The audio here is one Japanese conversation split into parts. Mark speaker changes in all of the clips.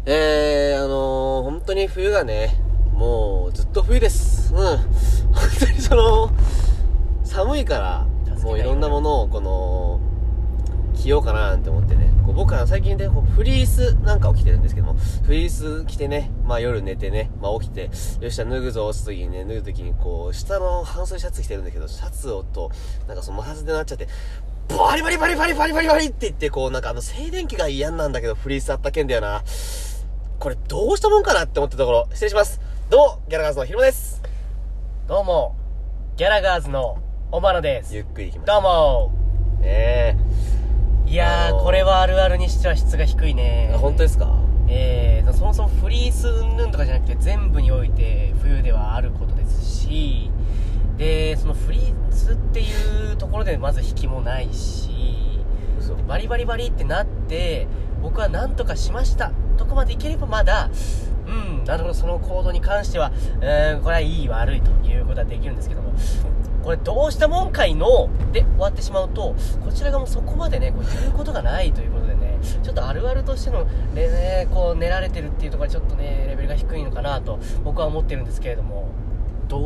Speaker 1: 本当に冬がね、もうずっと冬です。本当に寒いから、もういろんなものを着ようかななんて思ってね。僕は最近でフリースなんかを着てるんですけども、フリース着てね、夜寝てね、起きて、よっしゃ脱ぐぞって時にね、脱ぐ時に下の半袖シャツ着てるんだけど、シャツを摩擦でなっちゃって、バリバリバリバリバリバリバリって言って、静電気が嫌なんだけど、フリースあったけんだよな。これどうしたもんかなって思ったところ、失礼します。どうも、ギャラガーズのひろです。
Speaker 2: どうも、ギャラガーズのおまのです。
Speaker 1: ゆっくりいきます。
Speaker 2: どうも。いやー、これはあるあるにしては質が低いね。
Speaker 1: 本当ですか？
Speaker 2: そもそもフリース云々とかじゃなくて全部において冬ではあることですし、で、そのフリースっていうところでまず引きもないし、バリバリバリってなって、僕は何とかしました。どこまでいければまだ、なるほど、その行動に関しては、これはいい悪いということはできるんですけども、これどうしたもんかいので終わってしまうと、こちらがもうそこまでね、言うことがないということでね、ちょっとあるあるとしての、練られてるっていうところはちょっとね、レベルが低いのかなと僕は思ってるんですけれども、どう？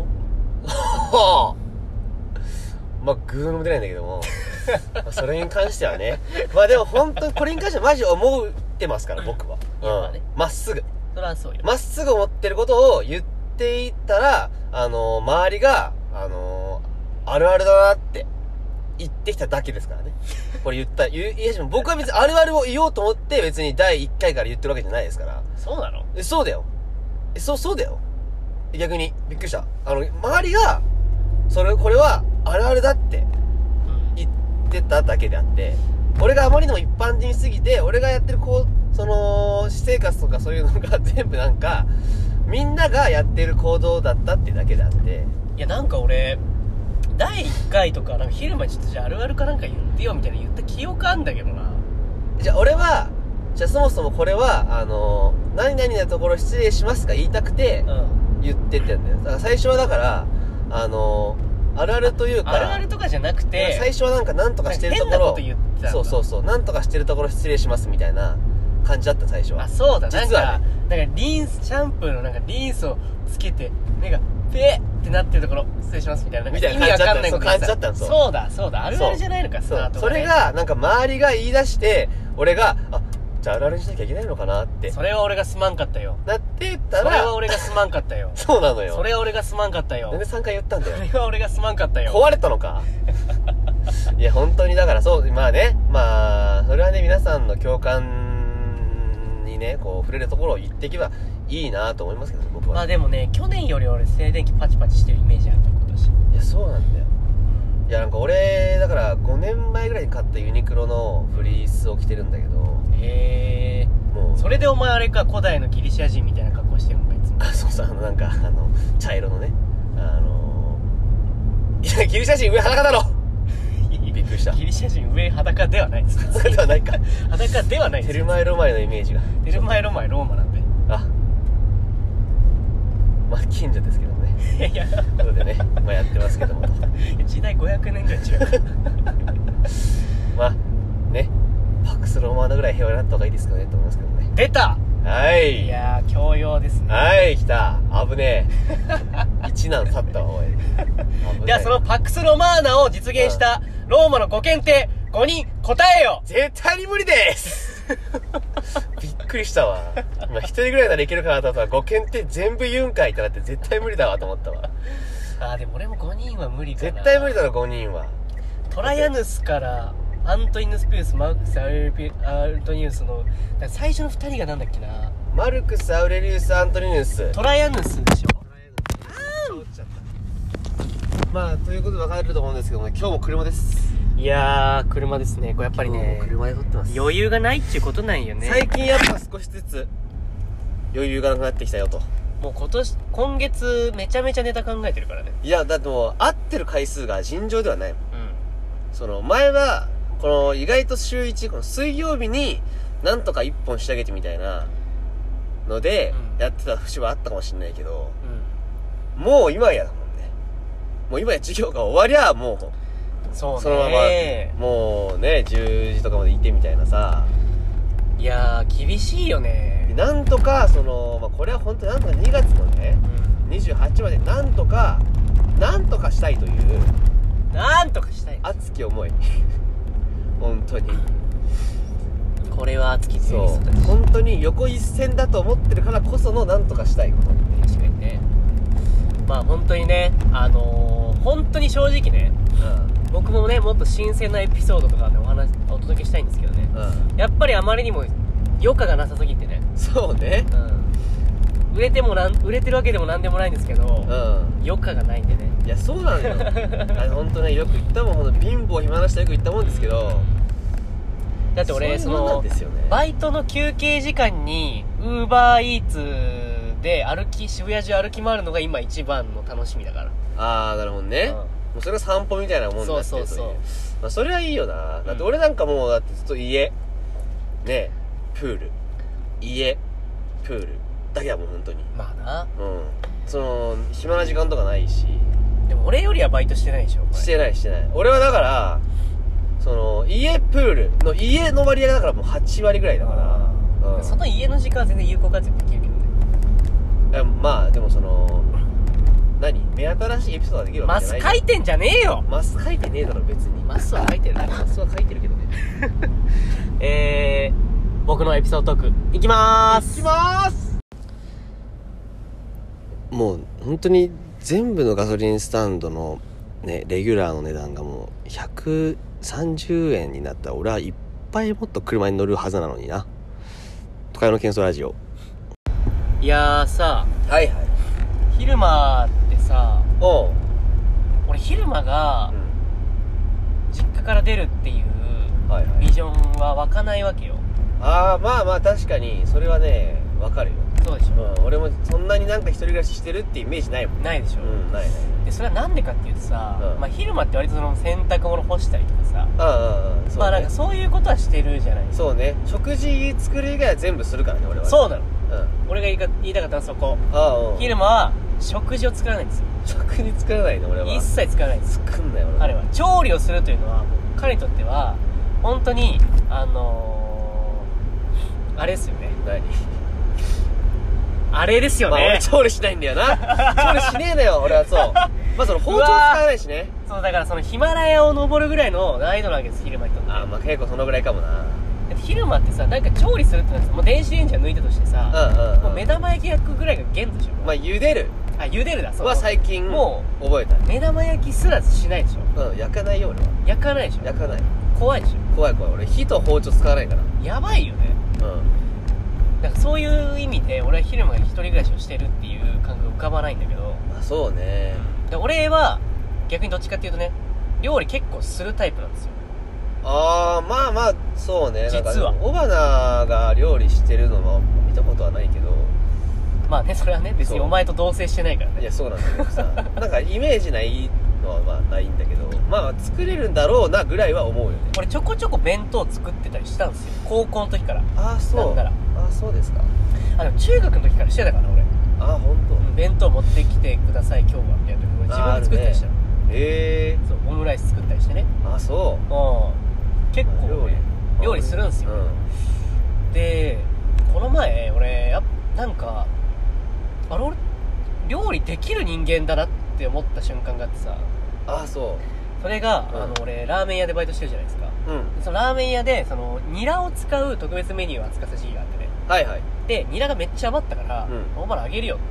Speaker 1: グーのも出ないんだけどもそれに関してはね、でも本当にこれに関してはマジ思ってますから僕は。まっすぐ。
Speaker 2: それはそうよ。
Speaker 1: まっすぐ思ってることを言っていったら、周りが、あるあるだなって言ってきただけですからね。これ僕は別にあるあるを言おうと思って別に第1回から言ってるわけじゃないですから。
Speaker 2: そうなの？
Speaker 1: そうだよ。そうだよ。逆に、びっくりした。周りが、これはあるあるだって言ってただけであって、俺があまりにも一般人すぎて、俺がやってる私生活とかそういうのが全部みんながやってる行動だったってだけであって。
Speaker 2: いや俺、第1回とか、昼間ちょっとじゃああるあるかなんか言ってよみたいな言った記憶あんだけどな。
Speaker 1: じゃあ俺は、そもそもこれは、何々なところ失礼しますか言いたくて、言ってってんだよ。だから最初はあるあるというか、
Speaker 2: あるあるとかじゃなくて、
Speaker 1: 最初はなんとかしてるところ、
Speaker 2: 変なこと言ってたんだ。
Speaker 1: そう、なんとかしてるところ失礼しますみたいな感じだった最初は。
Speaker 2: あ、そうだ、
Speaker 1: 実はね、
Speaker 2: リンス、シャンプーのリンスをつけて、目がペーってなってるところ失礼しますみたいな、意味わかんない
Speaker 1: 感じだったんですよ。
Speaker 2: そうだ、あるあるじゃないのか、スタートがね。
Speaker 1: それが周りが言い出して、俺が、じゃああるあるにしなきゃいけないのかなって。
Speaker 2: それは俺がすまんかったよ。
Speaker 1: なってたら。
Speaker 2: それは俺がすまんかったよ。
Speaker 1: そうなのよ。
Speaker 2: それは俺がすまんかったよ。
Speaker 1: なんで3回言ったんだよ。
Speaker 2: それは俺がすまんかったよ。
Speaker 1: 壊れたのかいや、本当にだからそれはね、皆さんの共感にね、触れるところを言っていけばいいなと思いますけど、僕は。
Speaker 2: でもね、去年より俺静電気パチパチしてるイメージある今年。
Speaker 1: いや、そうなんだよ。いや、俺、だから5年前ぐらいに買ったユニクロのフリースを着てるんだけど。もう。
Speaker 2: それでお前あれか、古代のギリシャ人みたいな格好してるのか、いつも。
Speaker 1: 茶色のね。いや、ギリシャ人上裸だろびっくりした。
Speaker 2: ギリシャ人上裸ではないです。
Speaker 1: 裸ではないか。
Speaker 2: 裸ではないです。
Speaker 1: テルマエロマエのイメージが。
Speaker 2: テルマエロマエローマなんで。
Speaker 1: 近所ですけどね。
Speaker 2: いや、
Speaker 1: ことでね、やってますけどもと。
Speaker 2: 時代500年ぐらい違う。
Speaker 1: ね、パクスロマーナぐらい平和になった方がいいですかねと思いますけどね。
Speaker 2: 出た。
Speaker 1: はい。
Speaker 2: いやー、教養ですね。
Speaker 1: はい、来た。危ねえ。一難去ったわ、おい。
Speaker 2: では、そのパクスロマーナを実現したローマのご検定5人答えよ。
Speaker 1: 絶対に無理ですびっくりしたわ。一人ぐらいならいけるかなと思ったら、ご検定全部言うんかいってなって絶対無理だわと思ったわ。
Speaker 2: でも俺も5人は無理かな。
Speaker 1: 絶対無理だろ、5人は。
Speaker 2: トラヤヌスからアントニヌス・ピウス、マルクス・アウレリウスの最初の2人がなんだっけな。
Speaker 1: マルクス・アウレリウス・アントニヌス。
Speaker 2: トラヤヌスでしょ。
Speaker 1: ということで分かると思うんですけども、今日も車です。
Speaker 2: いやー、車ですね。これやっぱりね、
Speaker 1: 車で撮ってます。
Speaker 2: 余裕がないっていうことなんよね。
Speaker 1: 最近やっぱ少しずつ余裕がなくなってきたよと。
Speaker 2: もう今月めちゃめちゃネタ考えてるからね。
Speaker 1: いや、だってもう会ってる回数が尋常ではないもん。前は意外と週1、水曜日になんとか1本仕上げてみたいなので、やってた節はあったかもしれないけど、もう今やだもんね。もう今や授業が終わりゃもう
Speaker 2: そうね、
Speaker 1: そのままもうね10時とかまでいてみたいなさ。
Speaker 2: いやー厳しいよね。
Speaker 1: なんとかこれは本当になんとか2月のね、28までなんとかしたいという
Speaker 2: なんとかしたい
Speaker 1: 熱き思い本当に
Speaker 2: これは熱き強い
Speaker 1: そう
Speaker 2: 人たち。
Speaker 1: 本当に横一線だと思ってるからこそのなんとかしたいことっていう。
Speaker 2: 確かにね。まあ本当にね本当に正直ね、僕もねもっと新鮮なエピソードとかねお届けしたいんですけどね、やっぱりあまりにも余暇がなさすぎてね、
Speaker 1: そうね、
Speaker 2: 売れてるわけでもなんでもないんですけど、余暇がないんでね。
Speaker 1: いやそうなのよ本当ね、よく言ったもん、ほんと貧乏暇な人はよく言ったもんですけど、
Speaker 2: だって俺
Speaker 1: そういうもんなんですよね。
Speaker 2: バイトの休憩時間にウーバーイーツで渋谷中歩き回るのが今一番の楽しみだから。
Speaker 1: ああなるほどね、もうそれが散歩みたいなもんだって。
Speaker 2: そう
Speaker 1: まあ、それはいいよな。だって俺なんかもうだってずっと家ね、プール家プールだけだもん本当に。
Speaker 2: まあな。
Speaker 1: 暇な時間とかないし。
Speaker 2: でも俺よりはバイトしてないでしょ。
Speaker 1: してない俺はだから家プールの家の割合がだからもう8割ぐらいだから、
Speaker 2: その家の時間は全然有効活用できるけどね。
Speaker 1: まあでも目新しいエピソードができるわ
Speaker 2: マ
Speaker 1: けじゃない。
Speaker 2: ス書いてんじゃねえよ。
Speaker 1: マス書いてねえだろ別に。
Speaker 2: マスは書いてるね。
Speaker 1: マスは書いてるけどね
Speaker 2: 僕のエピソードトークいきまーす。
Speaker 1: もう本当に全部のガソリンスタンドのねレギュラーの値段がもう130円になったら俺はいっぱいもっと車に乗るはずなのにな。都会の喧騒ラジオ。
Speaker 2: いやーさ、
Speaker 1: はい
Speaker 2: 昼間ってさ、
Speaker 1: おう、
Speaker 2: 俺昼間が実家から出るっていうビジョンは湧かないわけよ。
Speaker 1: ああまあ確かにそれはねわかるよ。
Speaker 2: そうでしょ、
Speaker 1: 俺もそんなになんか一人暮らししてるってイメージないもん。
Speaker 2: ないでしょ、
Speaker 1: ない
Speaker 2: でそれはなんでかっていうとさ、まあ昼間って割と洗濯物干したりとかさ、
Speaker 1: そうね、
Speaker 2: まあなんかそういうことはしてるじゃない。
Speaker 1: そうね、食事作る以外は全部するからね俺は。
Speaker 2: そうなの、俺が言いたかったのはそこ。昼間は食事を作らないんですよ。
Speaker 1: 食事作らないの俺は。
Speaker 2: 一切作らないんです。
Speaker 1: 作んない俺は。
Speaker 2: 彼は調理をするというのはもう彼にとっては本当にあれですよね。
Speaker 1: 何
Speaker 2: あれですよね。
Speaker 1: まあ俺調理しないんだよな調理しねえのよ俺は。そうまあ包丁使わないしね。
Speaker 2: そうだからヒマラヤを登るぐらいの難易度なわけです昼間にとって。
Speaker 1: まあ結構そのぐらいかもな。
Speaker 2: だって昼間ってさ、なんか調理するってなってもう電子レンジは抜いたとしてさ、もう目玉焼き焼くぐらいが限度でしょ。
Speaker 1: まあ茹でる
Speaker 2: だ。そう
Speaker 1: は最近もう覚えた。
Speaker 2: 目玉焼きすらしないでしょ。
Speaker 1: 焼かないよ俺は。
Speaker 2: 焼かないでしょ。
Speaker 1: 焼かない。
Speaker 2: 怖いでしょ。
Speaker 1: 怖い俺火と包丁使わないから。
Speaker 2: やばいよね。なんかそういう意味で俺は昼間が一人暮らしをしてるっていう感覚浮かばないんだけど。
Speaker 1: そうね。
Speaker 2: で俺は逆にどっちかっていうとね、料理結構するタイプなんですよ。
Speaker 1: まあそうね。
Speaker 2: 実は
Speaker 1: 尾花が料理してるのは見たことはないけど、
Speaker 2: まあね、それはね別にお前と同棲してないからね。
Speaker 1: いやそうなんだけどさなんかイメージないのはまあないんだけど、まあ作れるんだろうなぐらいは思うよね。
Speaker 2: 俺ちょこちょこ弁当作ってたりしたんですよ、高校の時から。
Speaker 1: そう
Speaker 2: なんなら
Speaker 1: そうですか。
Speaker 2: でも中学の時からしてたから俺。
Speaker 1: 本当。
Speaker 2: 弁当持ってきてください今日はみたいな時俺自分で作ったりしたの。そうオムライス作ったりしてね。そう結構料理するんですよ。でこの前俺なんか俺料理できる人間だなって思った瞬間があってさ。それが、俺ラーメン屋でバイトしてるじゃないですか。そのラーメン屋でニラを使う特別メニューを扱った時期があってね。でニラがめっちゃ余ったからお前らあげるよって。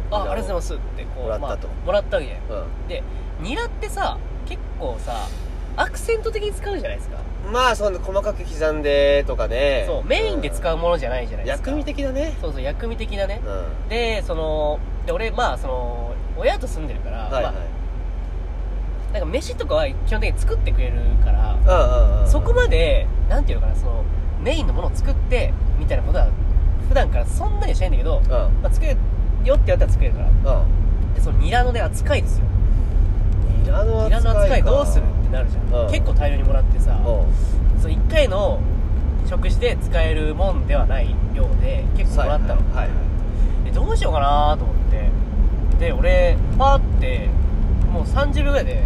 Speaker 2: ありがとうございますってこうもらったわけじゃん。でニラってさ結構さアクセント的に使うじゃないですか。
Speaker 1: まあそんな細かく刻んでとかね。
Speaker 2: そうメインで使うものじゃないじゃないですか。
Speaker 1: 薬味的だね。
Speaker 2: そう薬味的なね。で俺親と住んでるからなんか飯とかは基本的に作ってくれるからそこまでなんていうのかな、メインのものを作ってみたいなことは普段からそんなにしないんだけど、作るよって言われたら作れるから。でニラの扱いですよ。ニラの扱いどうするってなるじゃん。結構大量にもらってさ、1回の食事で使えるもんではない量で結構もらったの。でどうしようかなと思って、で俺パーってもう30秒ぐらいで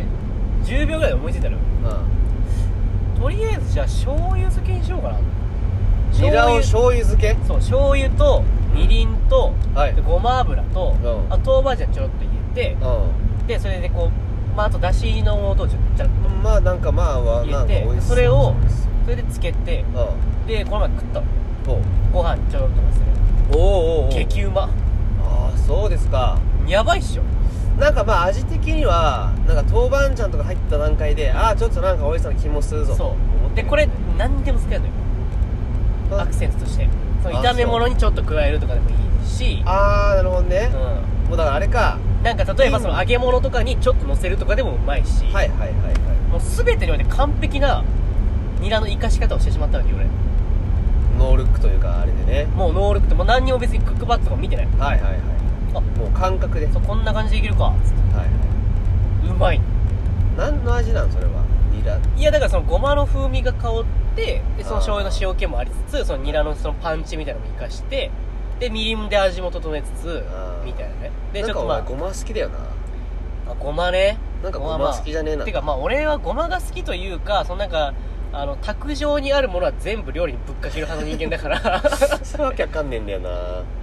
Speaker 2: 10秒ぐらいで思いついたの。とりあえずじゃあ醤油漬けにしようかな。
Speaker 1: ニラを醤油漬け。
Speaker 2: そう、醤油とみりんと、
Speaker 1: はい
Speaker 2: でごま油と、
Speaker 1: うん
Speaker 2: あと豆板醤ちょろっと入れて、
Speaker 1: う
Speaker 2: でそれでこう、まあ、あとだしの素をちょっと
Speaker 1: ん。まあなんかまあは
Speaker 2: 入れ
Speaker 1: なんか美味し
Speaker 2: て、
Speaker 1: そう。
Speaker 2: それをそれでつけて、
Speaker 1: うん。
Speaker 2: でこの前食ったの。
Speaker 1: ほう。
Speaker 2: ご飯ちょろっとのせる。
Speaker 1: おーおーおー。
Speaker 2: 激うま。
Speaker 1: ああそうですか。
Speaker 2: やばいっしょ。
Speaker 1: なんかまあ味的にはなんか豆板醤とか入った段階で、ああちょっとなんか美味しそうな気もするぞと思
Speaker 2: そうでこれ何にでも使えるのよ、アクセントとして。その炒め物にちょっと加えるとかでもいいし、
Speaker 1: ああなるほどね、
Speaker 2: う
Speaker 1: もうだからあれか。
Speaker 2: ん、なんか例えばその揚げ物とかにちょっと乗せるとかでもうまいし、
Speaker 1: はいはいはいはい。
Speaker 2: もう全てにおいて完璧なニラの生かし方をしてしまったわけよ俺。
Speaker 1: ノールックというかあれでね。
Speaker 2: もうノールックってもう何にも別にクックパッドとかも見てない。
Speaker 1: はいはいはい。
Speaker 2: あ、
Speaker 1: もう感覚で。
Speaker 2: そうこんな感じでいけるかつって
Speaker 1: はいは
Speaker 2: うまい。
Speaker 1: い。何の味なんそれは。ニラ。
Speaker 2: いやだからそのごまの風味が香ってでその醤油の塩気もありつつそのニラのそのパンチみたいなのも生かしてでみりんで味も整えつつみたいなね。で
Speaker 1: なんか
Speaker 2: ちょっとまあ
Speaker 1: お前ごま好きだよな。
Speaker 2: ごまね。
Speaker 1: なんかごま好きじゃねえな。
Speaker 2: てかまあ俺はごまが好きというかそのなんか卓上にあるものは全部料理にぶっかける派の人間だから
Speaker 1: それわけわかんねえんだよな。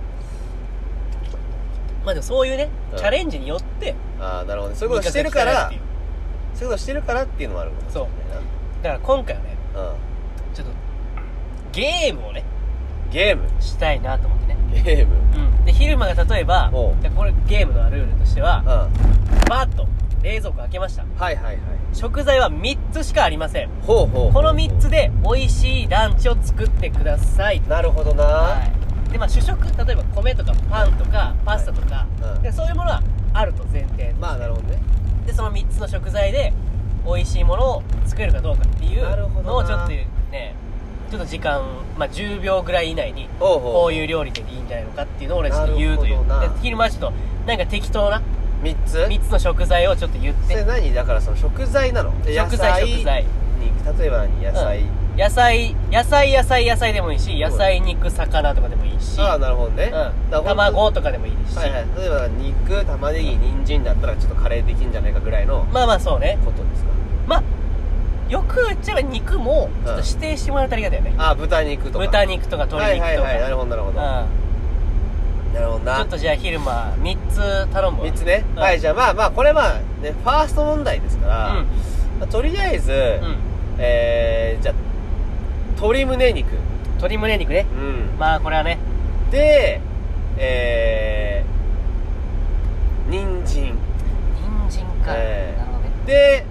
Speaker 2: まあでもそういうね、
Speaker 1: うん
Speaker 2: チャレンジによって
Speaker 1: ああなるほどね。そういうことしてるから
Speaker 2: 味覚が鍛えられるっていう
Speaker 1: そういうことしてるからっていうのもあるかもしれない
Speaker 2: だから今回はね
Speaker 1: な。うん。
Speaker 2: ちょっとゲームをね
Speaker 1: ゲーム
Speaker 2: したいなと思ってね。
Speaker 1: ゲーム。
Speaker 2: で昼間が例えば
Speaker 1: おう
Speaker 2: じゃあこれゲームのルールとしては
Speaker 1: うん。は
Speaker 2: バッと冷蔵庫開けました。
Speaker 1: いはいはい。
Speaker 2: 食材は3つしかありません。
Speaker 1: ほうほうほう。
Speaker 2: この3つで美味しいランチを作ってください。
Speaker 1: なるほどな。
Speaker 2: はい。でまあ主食例えば米とかパンとかパスタとか、
Speaker 1: はいうん
Speaker 2: でそういうものはあると前提。
Speaker 1: まあなるほどね。
Speaker 2: でその3つの食材で美味しいものを作れるかどうかっていう
Speaker 1: なるほどな
Speaker 2: のをちょっとねちょっと時間、まあ、10秒ぐらい以内に
Speaker 1: ほうほう
Speaker 2: こういう料理でいいんじゃないのかっていうのを俺ちょっと言うという
Speaker 1: なるほどな
Speaker 2: で昼間はちょっとなんか適当な
Speaker 1: 3つ
Speaker 2: 3つの食材をちょっと言っ
Speaker 1: それ
Speaker 2: て
Speaker 1: 何だからその食材なの
Speaker 2: 食材
Speaker 1: に例えば何野菜、
Speaker 2: 野菜でもいいし野菜肉魚とかでもいいし、
Speaker 1: ああなるほどね、
Speaker 2: 卵とかでもいいし、
Speaker 1: はいはい。例えば肉玉ねぎ人参だったらちょっとカレーできんじゃないかぐらいの
Speaker 2: まあまあそうね。
Speaker 1: ことですか。
Speaker 2: まあよく言っちゃえば肉もちょっと指定してもらえたらありがたいよね。
Speaker 1: ああ豚肉とか
Speaker 2: 豚肉とか鶏肉とか、
Speaker 1: はいはいはいなるほどなるほど、なるほどな。
Speaker 2: ちょっとじゃあ昼間3つ頼むわ。
Speaker 1: 3つね、
Speaker 2: うん
Speaker 1: はいじゃあまあまあこれまあねファースト問題ですから、まあとりあえず、じゃあ鶏胸肉
Speaker 2: 鶏胸肉ね。まあこれはね
Speaker 1: で人参
Speaker 2: 人参か、なるほどね。
Speaker 1: で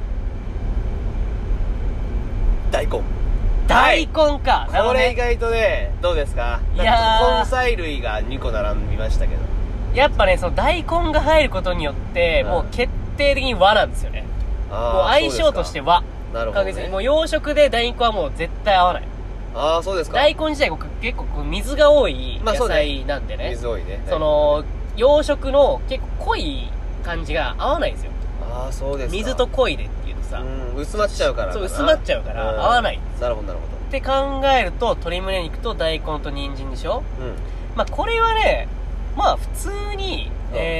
Speaker 1: 大根
Speaker 2: 大根か、なるほ
Speaker 1: こ
Speaker 2: どね。
Speaker 1: れ意外とねどうですか。
Speaker 2: いやー
Speaker 1: なんか根菜類が2個並びましたけど
Speaker 2: やっぱねその大根が入ることによって、もう決定的に和なんですよね。もう相性として和。
Speaker 1: なるほど、ね、
Speaker 2: 確実にもう洋食で大根はもう絶対合わない。
Speaker 1: ああそうですか。
Speaker 2: 大根自体結構こう水が多い野
Speaker 1: まあそうね
Speaker 2: 菜なんでね、
Speaker 1: 水多いね。
Speaker 2: その洋食の結構濃い感じが合わないんですよ。
Speaker 1: ああそうですか。
Speaker 2: 水と濃いでっていうとさ、
Speaker 1: 薄まっちゃうから
Speaker 2: そう薄まっちゃうから合わない。
Speaker 1: なるほどなるほど。
Speaker 2: って考えると鶏胸肉と大根と人参でしょ。まあこれはねまあ普通に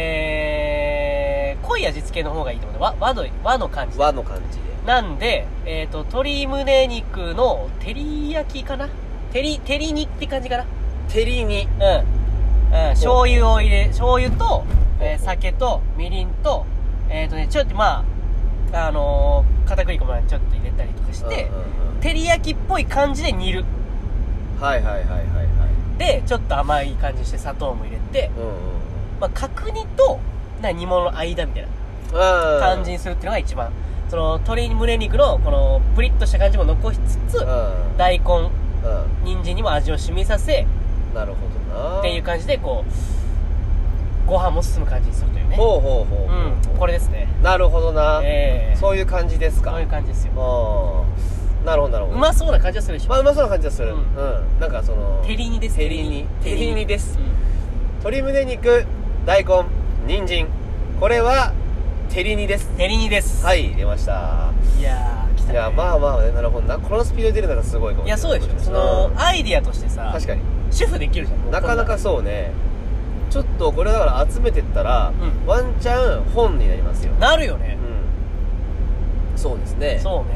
Speaker 2: 濃い味付けの方がいいと思う。和の感じ
Speaker 1: 和の感じで
Speaker 2: なんで鶏胸肉の照り焼きかな。照り煮って感じかな。
Speaker 1: 照り煮
Speaker 2: 醤油を入れ醤油と、酒とみりんとちょっとまあ片栗粉までちょっと入れたりとかして照り焼きっぽい感じで煮る。
Speaker 1: はいはいはいはいはい。
Speaker 2: でちょっと甘い感じして砂糖も入れて、まあ角煮と煮物の間みたいな感じにするっていうのが一番その鶏胸肉のこのプリッとした感じも残しつつ、大根人参にも味を染みさせ
Speaker 1: なるほどな
Speaker 2: っていう感じでこうご飯も進む感じにするというね。
Speaker 1: ほうほうほう
Speaker 2: これですね。
Speaker 1: なるほどな、そういう感じですか。
Speaker 2: そういう感じですよ。
Speaker 1: なるほどなるほど。
Speaker 2: うまそうな感じはするでしょ。
Speaker 1: まあうまそうな感じはする。なんかその
Speaker 2: 照り煮です。
Speaker 1: 照り煮です。鶏胸肉大根人参これは照り煮です。
Speaker 2: 照り煮です。
Speaker 1: はい出ました。
Speaker 2: いやー来たね。
Speaker 1: いやまあまあねなるほどな。このスピードで出るのがすごいかもしれない。
Speaker 2: いやそうでしょ。そのアイディアとしてさ
Speaker 1: 確かに
Speaker 2: 主婦できるじゃん。
Speaker 1: なかなかそうね。ちょっとこれだから集めてったら、ワンチャン本になりますよ。
Speaker 2: なるよね。
Speaker 1: そうですね。
Speaker 2: そうね。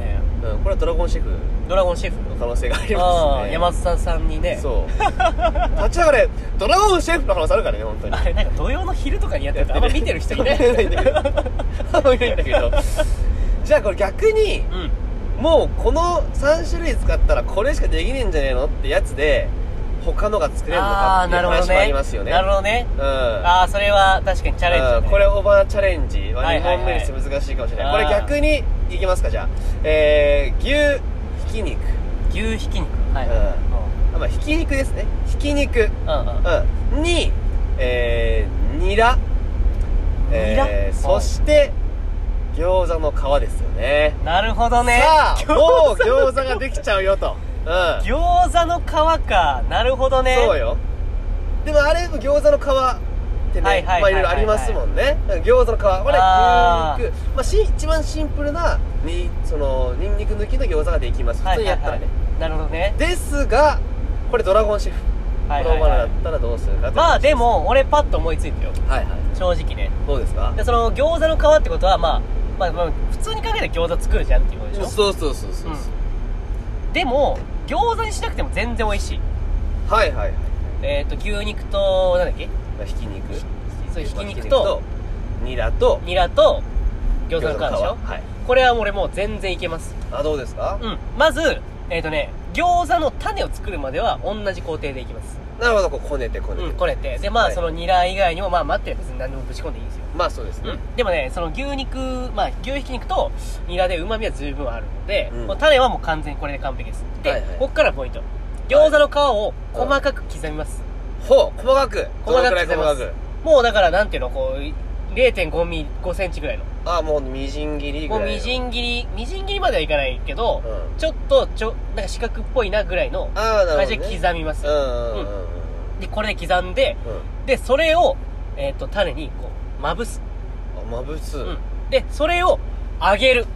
Speaker 1: うん、これはドラゴンシェフ
Speaker 2: ドラゴンシェフ
Speaker 1: の可能性がありますね。
Speaker 2: 山津さんにね。
Speaker 1: そう立ち上がれドラゴンシェフの可能性あるからね、本当に。
Speaker 2: あれなんか土曜の昼とかにやってるとあんま見てる人いない
Speaker 1: いないんだけどあんまいないんだけどじゃあこれ逆に、もうこの3種類使ったらこれしかできねえんじゃねえのってやつで他のが作れるのかっていう話もありますよね。
Speaker 2: なるほどね。
Speaker 1: うん。
Speaker 2: ああ、それは確かにチャレンジだね。
Speaker 1: これオーバーチャレンジは2問目にして難しいかもしれない。これ逆にいきますか、じゃあ。牛ひき肉。
Speaker 2: 牛ひき肉。はい。
Speaker 1: まあ、ひき肉ですね。ひき肉。に、ニラ。
Speaker 2: ニラ
Speaker 1: そして、餃子の皮ですよね。
Speaker 2: なるほどね。
Speaker 1: さあ、もう餃子ができちゃうよと。
Speaker 2: 餃子の皮か。なるほどね。
Speaker 1: そうよ。でもあれ餃子の皮ってね、まあいろいろありますもんね。餃子の皮、これ牛肉、まあ一番シンプルなそのニンニク抜きの餃子ができます。普通にやったらね。
Speaker 2: なるほどね。
Speaker 1: ですがこれドラゴンシェフ。このままだったらどうするか。
Speaker 2: まあでも俺パッと思いついたよ。
Speaker 1: はいはい。
Speaker 2: 正直ね。
Speaker 1: どうですか。
Speaker 2: でその餃子の皮ってことはまあ普通に考えたら餃子作るじゃんっていうことでしょ。
Speaker 1: そうそう。
Speaker 2: でも餃子にしなくても全然美味しい。
Speaker 1: はいはいはい。
Speaker 2: 牛肉となんだっけ、
Speaker 1: ひき肉。
Speaker 2: そう、ひき肉と
Speaker 1: ニラと
Speaker 2: 餃子の皮でしょ。
Speaker 1: はい。
Speaker 2: これは俺もう全然いけます。
Speaker 1: あ、どうですか。
Speaker 2: まず餃子の種を作るまでは同じ工程でいきます。
Speaker 1: なるほど、こねて
Speaker 2: でまあそのニラ以外にもまあ待ってれば別に何でもぶち込んでいいんですよ。
Speaker 1: まあそうですね。
Speaker 2: でもね、その牛ひき肉とニラで旨味は十分あるので、もう種はもう完全にこれで完璧です。で、こっからポイント。餃子の皮を細かく刻みます。
Speaker 1: 細かく刻みます。
Speaker 2: もうだからなんていうの、こう 0.5 センチぐらいの。
Speaker 1: もうみじん切りぐらいの。
Speaker 2: もうみじん切りまではいかないけど、ちょっとなんか四角っぽいなぐらいの感じで刻みます。でこれで刻んで、でそれを種にこうまぶす。でそれを揚げる。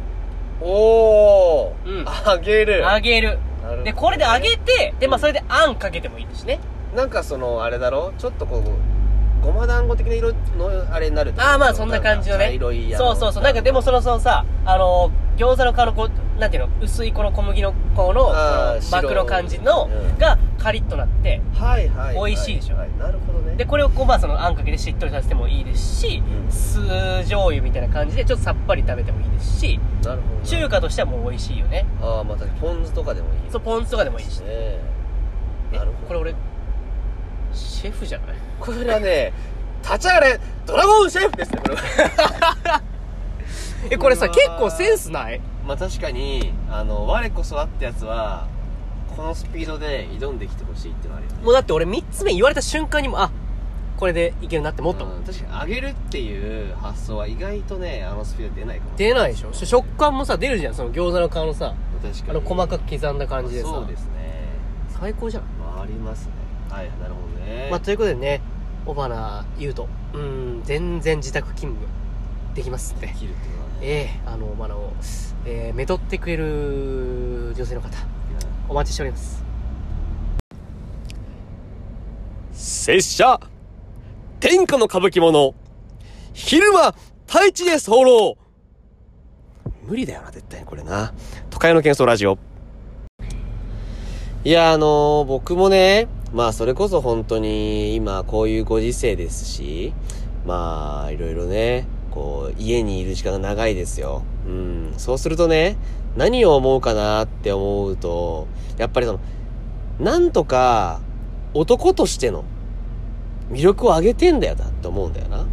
Speaker 1: 揚げる。
Speaker 2: でこれで揚げて、でまあそれであんかけてもいいですしね。
Speaker 1: なんかそのあれだろ、ちょっとこうごま団子的な色のあれになる。
Speaker 2: まあそんな感じのね。そうなんかでもそのさ餃子の皮のこうなんていうの、薄いこの小麦のこのマクの感じのがカリッとなって美味しいでしょ。
Speaker 1: なるほどね。
Speaker 2: でこれをこうまあそのあんかけでしっとりさせてもいいですし、酢醤油みたいな感じでちょっとさっぱり食べてもいいですし、中華としてはもう美味しいよね。
Speaker 1: またポン酢とかでもいい。
Speaker 2: そう、ポン酢とかでもいいしね。なるほど。これ俺シェフじゃない？
Speaker 1: これはね、立ち上がれドラゴンシェフですね、これは。
Speaker 2: これさ結構センスない？
Speaker 1: まあ確かに我こそはってやつはこのスピードで挑んできてほしいっていうのはあるよね。
Speaker 2: もうだって俺3つ目言われた瞬間にもこれでいけるなって思ったもん。
Speaker 1: 確かに揚げるっていう発想は意外とねスピード出ないかも。
Speaker 2: 出ないでしょ。食感もさ出るじゃん、その餃子の皮のさ、
Speaker 1: 確かに
Speaker 2: 細かく刻んだ感じでさ。
Speaker 1: そうですね、
Speaker 2: 最高じゃん。
Speaker 1: ありますね。はい、なるほどね。
Speaker 2: ということでね、尾花言うと全然自宅勤務できますって。
Speaker 1: できるっていうのはね、
Speaker 2: 尾花をめとってくれる女性の方お待ちしております。
Speaker 1: 拙者天下の歌舞伎者昼間太一で候。無理だよな絶対これな。都会の喧騒ラジオ。いや僕もね、それこそ本当に今こういうご時世ですし、いろいろねこう家にいる時間が長いですよ。そうするとね、何を思うかなって思うと、やっぱりなんとか男としての魅力を上げてんだよなって思うんだよな。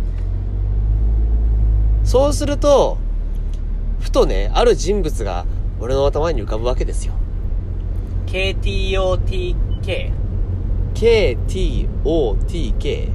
Speaker 1: そうするとふとね、ある人物が俺の頭に浮かぶわけですよ。
Speaker 2: KTOTK
Speaker 1: KTOTK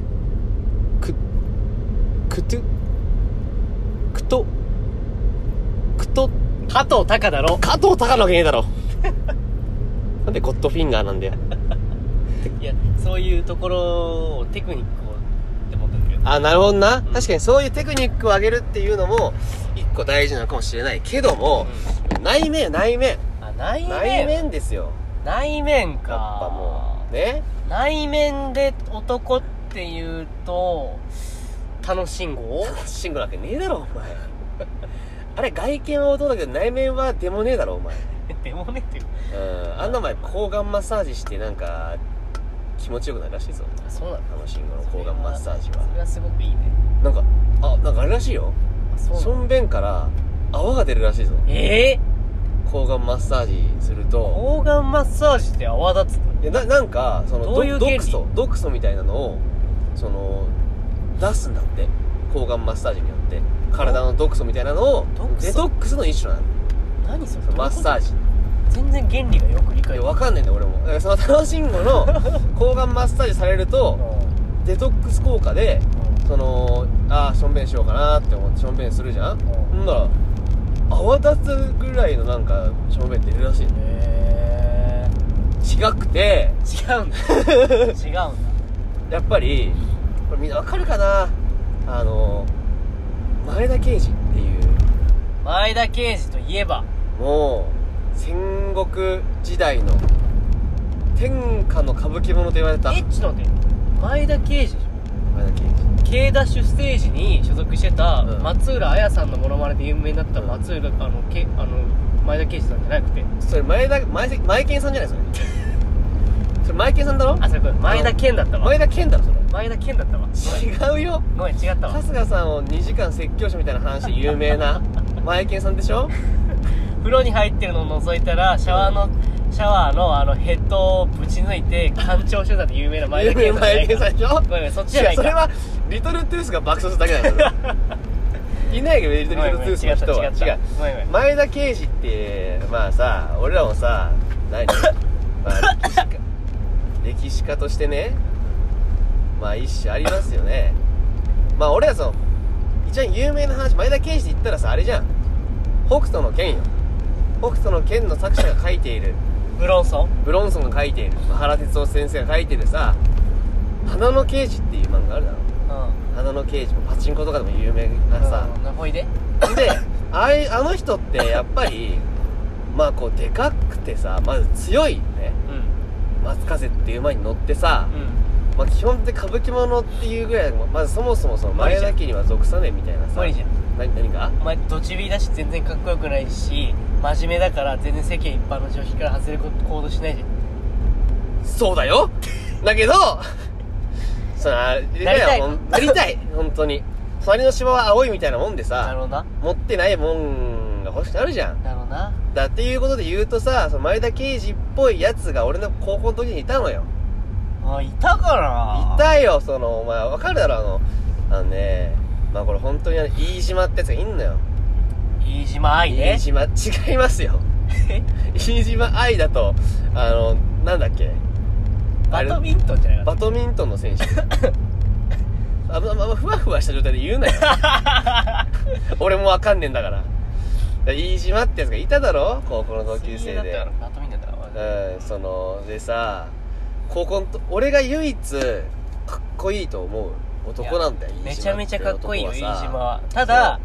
Speaker 2: 加藤隆だろ。
Speaker 1: 加藤隆のわけねえだろ。なんでゴッドフィンガーなんだよ。
Speaker 2: いや、そういうところをテクニックをって思ったんだけど。
Speaker 1: なるほどな、確かにそういうテクニックを上げるっていうのも一個大事なのかもしれないけども、内面
Speaker 2: 内面
Speaker 1: ですよ。
Speaker 2: 内面か。
Speaker 1: やっぱもうね、
Speaker 2: 内面で男っていうと楽しんご
Speaker 1: なわけねえだろお前。 あれ外見は男だけど内面はでもねえだろお前。
Speaker 2: でもねっていう。
Speaker 1: あんな前抗がんマッサージしてなんか気持ちよくなるらしいぞ。
Speaker 2: そうなんだ。
Speaker 1: 慎吾の抗がんマッサージは
Speaker 2: それはすごくいいね。
Speaker 1: なんかあれらしいよ。
Speaker 2: そう
Speaker 1: しょんべんから泡が出るらしいぞ。抗がんマッサージすると。
Speaker 2: 抗がんマッサージって泡立つの？
Speaker 1: いやなんかその
Speaker 2: どういう原理？
Speaker 1: 毒素みたいなのをその出すんだって。抗がんマッサージによって体の毒素みたいなのをデトックスの一種なの。
Speaker 2: 何それ？
Speaker 1: マッサージ。
Speaker 2: 全然原理がよく理解できない。
Speaker 1: わかんねえんだよ俺も。だからその楽しんごの抗がんマッサージされるとデトックス効果でそのしょんべんしようかなって思ってしょんべんするじゃん。んだら泡立つぐらいのなんかしょんべん出るらしいね。違くて
Speaker 2: 違うんだ違うんだ。
Speaker 1: やっぱりこれみんなわかるかな。前田慶次っていう
Speaker 2: 前田慶次といえば
Speaker 1: もう戦国時代の天下の歌舞伎者と言われた。
Speaker 2: ちょっと待って、前田慶次でしょ。
Speaker 1: 前田慶次
Speaker 2: K ダッシュステージに所属してた松浦綾さんのモノマネで有名になった松浦、前田慶次さんじゃなくて、
Speaker 1: それ前健さんじゃないそれそれ前健さんだろ。
Speaker 2: それこれ前田健だったわ。
Speaker 1: 前田健だろそれ。
Speaker 2: 前田健だったわ。
Speaker 1: 違うよ。
Speaker 2: ごめん違ったわ。
Speaker 1: 春日さんを2時間説教師みたいな話で有名な前健さんでしょ。
Speaker 2: 風呂に入ってるのを覗いたらシャワーのヘッドをぶち抜いて干潮してたで有名な前田健さん。
Speaker 1: 前健さんでしょ。
Speaker 2: ごめんそっちじゃないか。
Speaker 1: それはリトルトゥースが爆笑するだけなんだよいないけどリトルトゥースの人は違う。前田慶次ってまあさ俺らもさ歴史家としてねまあ一種ありますよね。まあ俺らその一番有名な話前田慶次って言ったらさあれじゃん。北斗の拳よ。北斗の拳の作者が書いている
Speaker 2: ブロンソン
Speaker 1: が書いている原哲夫先生が書いてるさ花の刑事っていう漫画あるだろ。花の刑事もパチンコとかでも有名なさ。
Speaker 2: ほいで
Speaker 1: あの人ってやっぱりまあこうでかくてさまず強いね、松風っていう馬に乗ってさ、まあ基本的に歌舞伎者っていうぐらいまずそもそもその前田家には属さねえみたいなさ。
Speaker 2: 無理じゃん。
Speaker 1: 何が
Speaker 2: お前ドチビだし全然かっこよくないし真面目だから全然世間一般の常識から外れる行動しないじゃん。
Speaker 1: そうだよだけどなりたい本当に隣の芝は青いみたいなもんでさ。
Speaker 2: なるほどな。
Speaker 1: 持ってないもんが欲しくなるじゃん。
Speaker 2: なるほどな。
Speaker 1: だっていうことで言うとさその前田慶次っぽいやつが俺の高校の時にいたのよ。
Speaker 2: いたかな。
Speaker 1: いたよ。そのお前わかるだろねまあこれ本当に飯島ってやつがいんのよ。
Speaker 2: 飯島愛ね。
Speaker 1: 飯島違いますよ飯島愛だとなんだっけ
Speaker 2: バドミントンじゃないか。
Speaker 1: バドミントンの選手ふわふわした状態で言うなよ俺もわかんねえんだから。飯島ってやつがいただろ高校の同級生で。
Speaker 2: バドミントンだった
Speaker 1: でさ高校の俺が唯一かっこいいと思う男なんだよ。
Speaker 2: めちゃめちゃかっこいいよ飯島は。ただ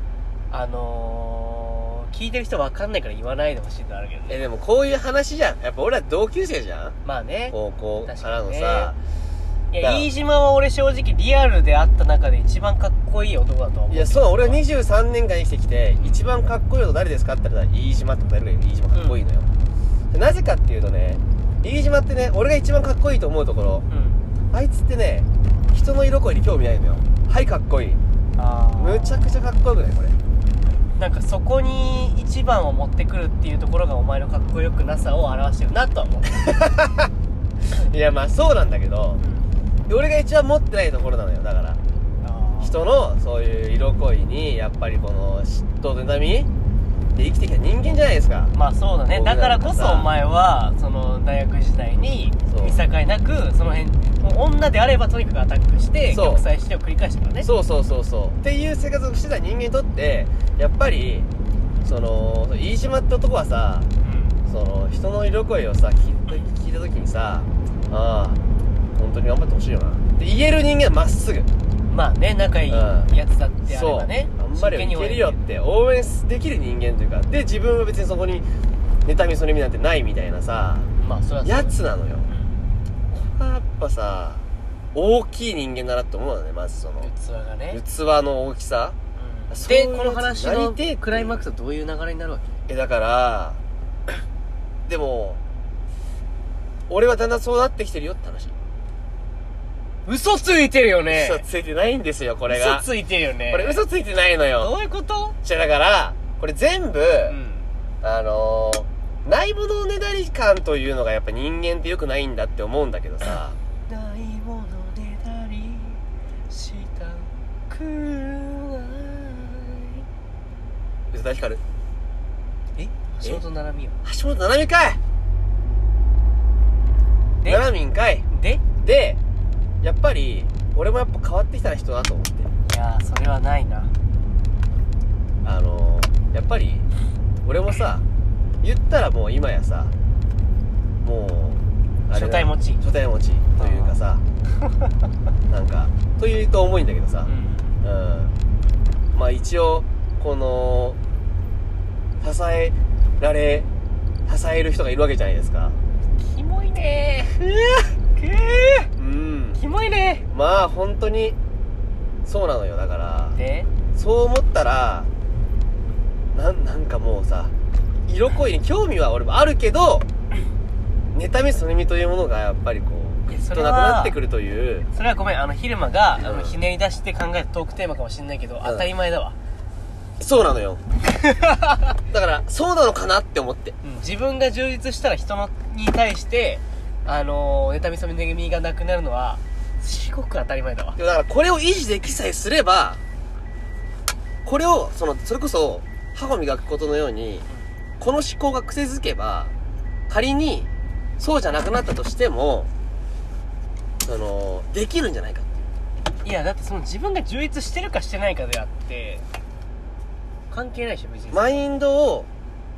Speaker 2: 聞いてる人わかんないから言わないでほしいってあるけどね。
Speaker 1: でもこういう話じゃん。やっぱ俺ら同級生じゃん。
Speaker 2: まあね
Speaker 1: 高校からのさ、
Speaker 2: いや飯島は俺正直リアルで会った中で一番かっこいい男だと思う。
Speaker 1: いやそう俺は23年間生きてきて一番かっこいい男誰ですかって言ったら飯島って答えるぐらい飯島かっこいいのよ、なぜかっていうとね飯島ってね俺が一番かっこいいと思うところ、あいつってね人の色恋に興味ないのよ。はいかっこいい。むちゃくちゃかっこよくないこれ。
Speaker 2: なんかそこに一番を持ってくるっていうところがお前のかっこよくなさを表してるなとは思うい
Speaker 1: やまあそうなんだけど、俺が一番持ってないところなのよ。だから人のそういう色恋にやっぱりこの嫉妬と妬みで生きてきた人間じゃないですか。
Speaker 2: まあそうだね。だからこそお前はその大学時代に見境なくその辺女であればとにかくアタックして玉砕してを繰り返したからね。そう
Speaker 1: っていう生活をしてた人間にとってやっぱりその飯島って男はさ、その人の色恋をさ聞いた時にさ本当に頑張ってほしいよなって言える人間はまっすぐ。
Speaker 2: まあね仲いいやつだってあればね、
Speaker 1: 頑張れよいけるよって応援できる人間というかで自分は別にそこに妬みそねみなんてないみたいなさ、
Speaker 2: まあそれは
Speaker 1: やつなのよ。これはやっぱさ大きい人間だなって思うのね。まずその
Speaker 2: 器がね
Speaker 1: 器の大きさ、
Speaker 2: でこの話のクライマックスはどういう流れになるわけ？
Speaker 1: だからでも俺はだんだんそうなってきてるよって話。
Speaker 2: 嘘ついてるよね。
Speaker 1: 嘘ついてないんですよ、これが。
Speaker 2: 嘘ついてるよね。
Speaker 1: これ嘘ついてないのよ。
Speaker 2: どういうこと？
Speaker 1: じゃだからこれ全部、ないものねだり感というのがやっぱ人間ってよくないんだって思うんだけどさ。
Speaker 2: ないものねだりしたくない。
Speaker 1: 宇多田ヒカル。
Speaker 2: 橋本七海よ。
Speaker 1: 橋本七海かい。七海かい。でやっぱり俺もやっぱ変わってきた人だと思って。
Speaker 2: いやそれはないな。
Speaker 1: やっぱり俺もさ言ったらもう今やさもう
Speaker 2: 初対持ち
Speaker 1: というかさなんかというと重いんだけどさ、まあ一応この支える人がいるわけじゃないですか。
Speaker 2: キモいねキモいね。
Speaker 1: まあ本当にそうなのよ。だから
Speaker 2: で
Speaker 1: そう思ったらなんかもうさ色恋に興味は俺もあるけど妬みそねみというものがやっぱりこうぐっとなくなってくるという。
Speaker 2: それはごめん昼間が、ひねり出して考えたトークテーマかもしれないけど、当たり前だわ。
Speaker 1: そうなのよだからそうなのかなって思って、
Speaker 2: 自分が充実したら人に対して妬みそねみがなくなるのはすごく当たり前だわ。
Speaker 1: だからこれを維持できさえすればこれをそれこそ歯を磨くことのようにこの思考が癖づけば仮にそうじゃなくなったとしてもできるんじゃないかって。
Speaker 2: いやだってその自分が充実してるかしてないかであって関係ないでしょ別に。
Speaker 1: マインドを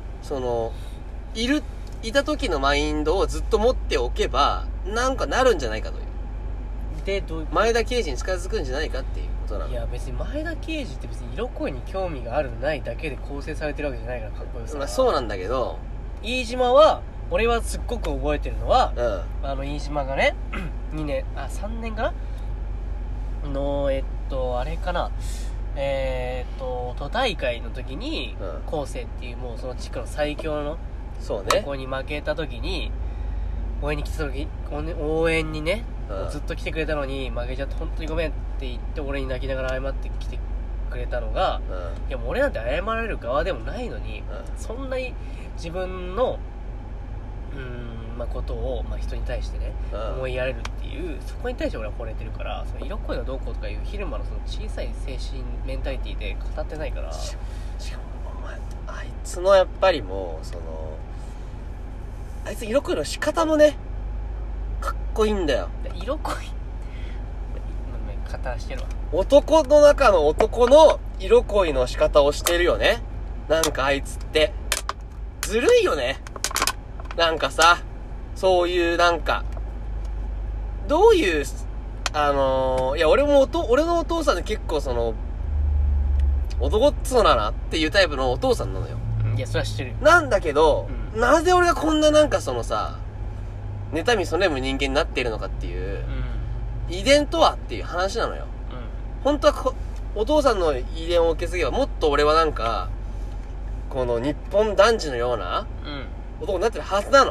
Speaker 1: いた時のマインドをずっと持っておけばなんかなるんじゃないかという。
Speaker 2: でどういう
Speaker 1: 前田刑事に近づくんじゃないかっていうことなの。
Speaker 2: いや別に前田刑事って別に色恋に興味があるないだけで構成されてるわけじゃないからかっこよさは。
Speaker 1: まあそうなんだけど
Speaker 2: 飯島は俺はすっごく覚えてるのは、飯島がね3年かなあれかな都大会の時に昴生っていうもうその地区の最強の
Speaker 1: そうね
Speaker 2: 高校に負けた時に応援に来た時応援にね、ずっと来てくれたのに負けちゃって本当にごめんって言って俺に泣きながら謝ってきてくれたのが、いやもう俺なんて謝られる側でもないのに、そんなに自分のことを、人に対してね、思いやれるっていうそこに対して俺は惚れてるから、その色恋がどうこうとかいう昼間のその小さい精神メンタリティで語ってないから。
Speaker 1: しかもお前あいつのやっぱりもうあいつ色恋の仕方もねかっこいいんだよ。
Speaker 2: 色恋語らしてるわ。
Speaker 1: 男の中の男の色恋の仕方をしてるよね。なんかあいつってずるいよね。なんかさそういうなんかどういういや俺のお父さんで結構男っつうのだなっていうタイプのお父さんなのよ。
Speaker 2: いやそれは知ってるよ。
Speaker 1: なんだけど、なぜ俺がこんななんかさ妬みそねむ人間になっているのかっていう、遺伝とはっていう話なのよ。本当はお父さんの遺伝を受け継げばもっと俺はなんかこの日本男児のような男になってるはずなの。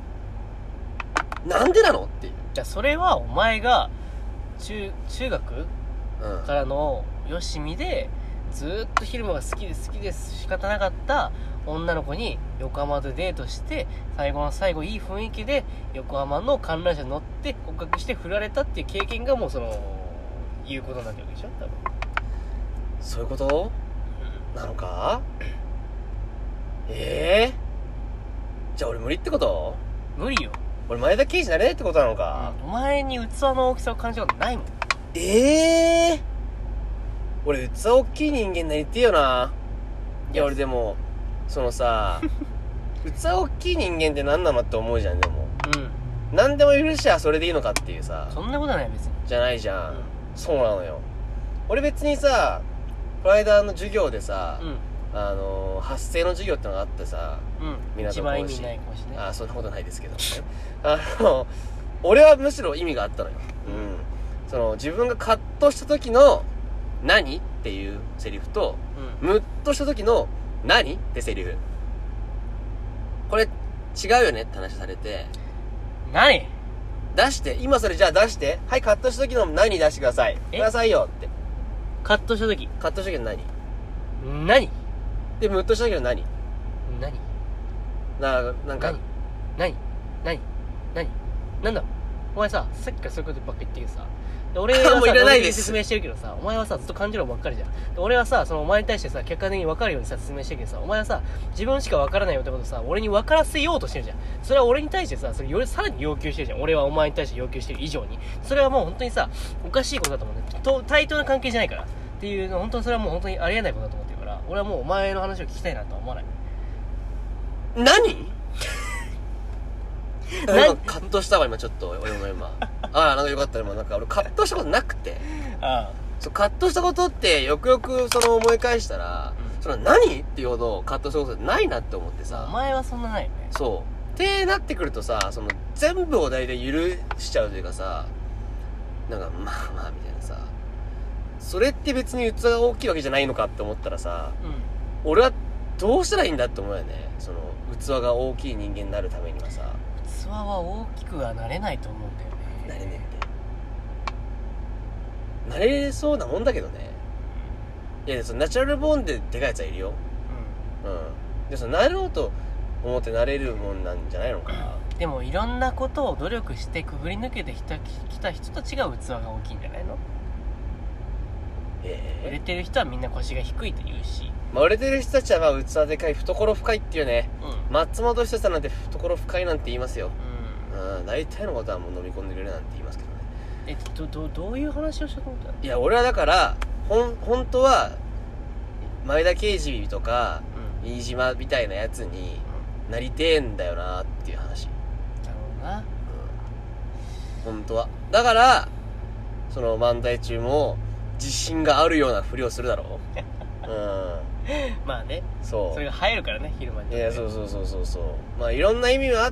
Speaker 1: なんでなのっていう。
Speaker 2: じゃあそれはお前が中学からのよしみでずーっと昼間が好きです仕方なかった女の子に横浜でデートして最後の最後いい雰囲気で横浜の観覧車に乗って告白して振られたっていう経験がもういうことになってるわけでしょ多分。
Speaker 1: そういうことなのか。じゃあ俺無理ってこと？
Speaker 2: 無理よ。
Speaker 1: 俺前田刑事になれないってことなのか。
Speaker 2: お前に器の大きさを感じたことないもん。
Speaker 1: 俺器大きい人間になりてえよな。いや俺でも器大きい人間って何なのって思うじゃん。でも何でも許しちゃそれでいいのかっていうさ。
Speaker 2: そんなことない別に。
Speaker 1: じゃないじゃん、そうなのよ。俺別にさこの間の授業でさ、発声の授業ってのがあってさ、
Speaker 2: 一番意味ないかもしれない。
Speaker 1: そんなことないですけどね俺はむしろ意味があったのよ。自分が葛藤した時の何っていうセリフと、
Speaker 2: うん
Speaker 1: ムッとした時の何ってセリフ。これ違うよねって話されて、
Speaker 2: 何
Speaker 1: 出して、今それじゃあ出して、はい、カットした時の何出してください。くださいよって。
Speaker 2: カットした時
Speaker 1: カットした時の何
Speaker 2: 何
Speaker 1: で、ムッとした時の何
Speaker 2: 何
Speaker 1: なんか、
Speaker 2: 何なんだお前さ、さっきからそういうことばっか言ってるけどさ、で俺がさ、
Speaker 1: もういらないです
Speaker 2: 説明してるけどさ、お前はさ、ずっと感じるばっかりじゃん。で俺はさ、そのお前に対してさ、客観的に分かるようにさ、説明してるけどさ、お前はさ、自分しか分からないよってことさ、俺に分からせようとしてるじゃん。それは俺に対してさ、それよりさらに要求してるじゃん。俺はお前に対して要求してる以上に。それはもう本当にさ、おかしいことだと思うんだよ。対等な関係じゃないから。っていうの、本当にそれはもう本当にありえないことだと思ってるから、俺はもうお前の話を聞きたいなとは思わない。
Speaker 1: 何今カットしたわ、今ちょっと、俺も今。なんかよかった、今なんか俺カットしたことなくて。そう、カットしたことってよくよく思い返したら、その何っていうほどカットしたことないなって思ってさ。
Speaker 2: お前はそんなないよね。
Speaker 1: そう。ってなってくるとさ、全部を大体許しちゃうというかさ、なんか、まあまあみたいなさ、それって別に器が大きいわけじゃないのかって思ったらさ、俺はどうしたらいいんだって思うよね。器が大きい人間になるためにはさ。
Speaker 2: 器は大きくはなれないと思うんだよね。
Speaker 1: なれねえって。なれそうなもんだけどね。いや、ナチュラルボーンででかいやつはいるよ。で、なろうと思ってなれるもんなんじゃないのかな。
Speaker 2: でもいろんなことを努力してくぐり抜けてきた人たちが器が大きいんじゃないの？売れてる人はみんな腰が低いと言うし、
Speaker 1: 売れてる人たちは器でかい、懐深いっていうね。松本人志さんなんて懐深いなんて言いますよ。大体のことはもう飲み込んでくれなんて言いますけどね。
Speaker 2: どういう話をしようと思ったの？
Speaker 1: いや、俺はだから本当は前田慶次とか、飯島みたいなやつになりてえんだよなっていう話。
Speaker 2: なるほどな。
Speaker 1: 本当はだから漫才中も自信があるようなふりをするだろ
Speaker 2: まあね、
Speaker 1: そう
Speaker 2: それが入るからね、昼間に。
Speaker 1: いや、そうまあいろんな意味があって、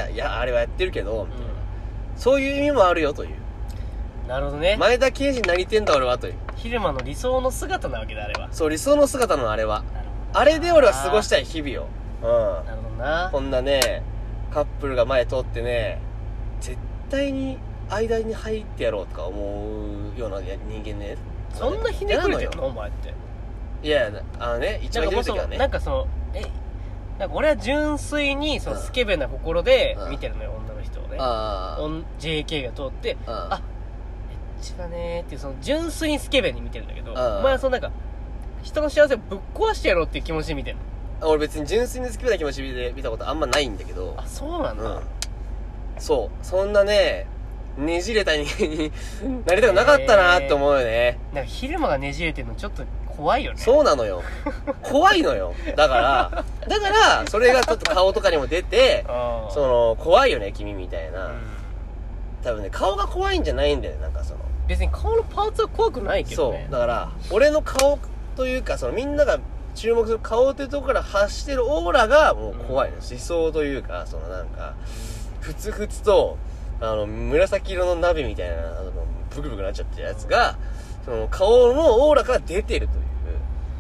Speaker 1: いやあれはやってるけどみたいな、そういう意味もあるよという。
Speaker 2: なるほどね。
Speaker 1: 前田慶次になりてんだ俺はという。
Speaker 2: 昼間の理想の姿なわけだ、あれは。
Speaker 1: そう、理想の姿のあれは。
Speaker 2: なるほど。
Speaker 1: あれで俺は過ごしたい日々を。
Speaker 2: なるほどな。
Speaker 1: こんなね、カップルが前通ってね、絶対に間に入ってやろうとか思うような人間ね。
Speaker 2: そんなひねくれてるのお前って。
Speaker 1: いや、一番ひどい時はね。
Speaker 2: なんかなんか俺は純粋にスケベな心で見てるのよ、女の人をね。JK が通って、エッチだねーっていう純粋にスケベに見てるんだけど、お前はなんか人の幸せをぶっ壊してやろうっていう気持ちで見てるの。
Speaker 1: 俺別に純粋にスケベな気持ちで見たことあんまないんだけど。
Speaker 2: そうなんだ。
Speaker 1: そう。そんなね、ねじれた人間になりたくなかったなーって思うよね。
Speaker 2: なんか昼間がねじれてるのちょっと怖いよね。
Speaker 1: そうなのよ。怖いのよ。だから、それがちょっと顔とかにも出て、怖いよね、君みたいな。多分ね、顔が怖いんじゃないんだよ、なんか
Speaker 2: 別に顔のパーツは怖くないけどね。
Speaker 1: そう。だから、俺の顔というか、みんなが注目する顔というところから発してるオーラがもう怖いの。思想というか、なんか、ふつふつと、紫色の鍋みたいな、ブクブクなっちゃってるやつが、顔のオーラから出てるという。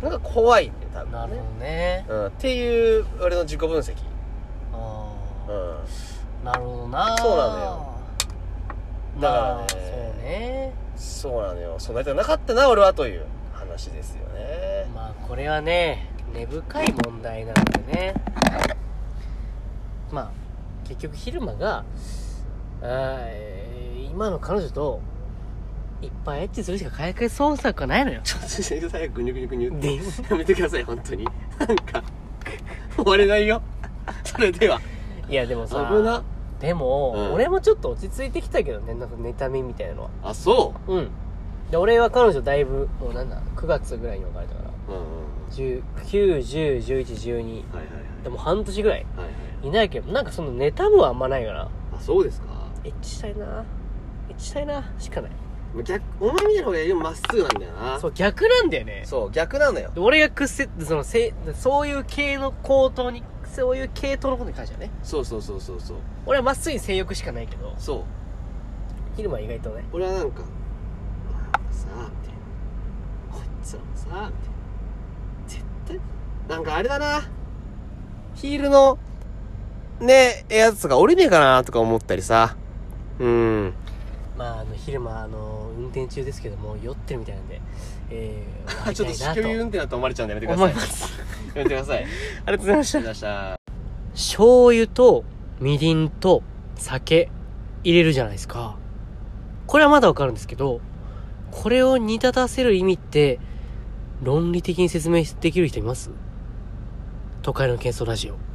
Speaker 1: なんか怖いんだよ、多分ね。
Speaker 2: なるほどね。
Speaker 1: っていう、俺の自己分析。
Speaker 2: なるほどな。
Speaker 1: そうなのよ。だからね。
Speaker 2: そうね。
Speaker 1: そうなのよ。そんなやつがなかったな、俺はという話ですよね。
Speaker 2: まあ、これはね、根深い問題なのでね。まあ、結局、昼間が、今の彼女といっぱいエッチするしか解決捜索がないのよ。
Speaker 1: ちょっと先生、早くぐにゅぐにゅぐにゅってやめてください、本当に。なんか終われないよそれでは。
Speaker 2: いやでもさ、
Speaker 1: 危な。
Speaker 2: でも、俺もちょっと落ち着いてきたけどね、なんか妬みみたいなのは。
Speaker 1: あ、そう。
Speaker 2: で俺は彼女だいぶもう9月ぐらいに別れたから、9、10、11、12、でも半年ぐらいいないけど、なんか妬むはあんまないから。
Speaker 1: あ、そうですか。
Speaker 2: エッチしたいなしかない。
Speaker 1: お前みたいな方がよりまっすぐなんだよな。
Speaker 2: そう、逆なんだよね。
Speaker 1: そう、逆なのよ。
Speaker 2: 俺が屈折、そういう系の口頭に、そういう系統のことに関してはね。
Speaker 1: そう。
Speaker 2: 俺はまっすぐに性欲しかないけど。
Speaker 1: そう。
Speaker 2: 昼間意外とね。
Speaker 1: 俺はなんか、さあ、みたいな。 つらもさ絶対なんかあれだな、ヒールのねやつが降りねえかなとか思ったりさ。
Speaker 2: まあ昼間運転中ですけども酔ってるみたいなんで
Speaker 1: ちょっと酒気帯び運転だと思われちゃうんでやめてください。
Speaker 2: 思います。
Speaker 1: やめてください。
Speaker 2: ありがとうございました。
Speaker 1: ありがとうございました。
Speaker 2: 醤油とみりんと酒入れるじゃないですか。これはまだわかるんですけど、これを煮立たせる意味って論理的に説明できる人います？都会の喧騒ラジオ。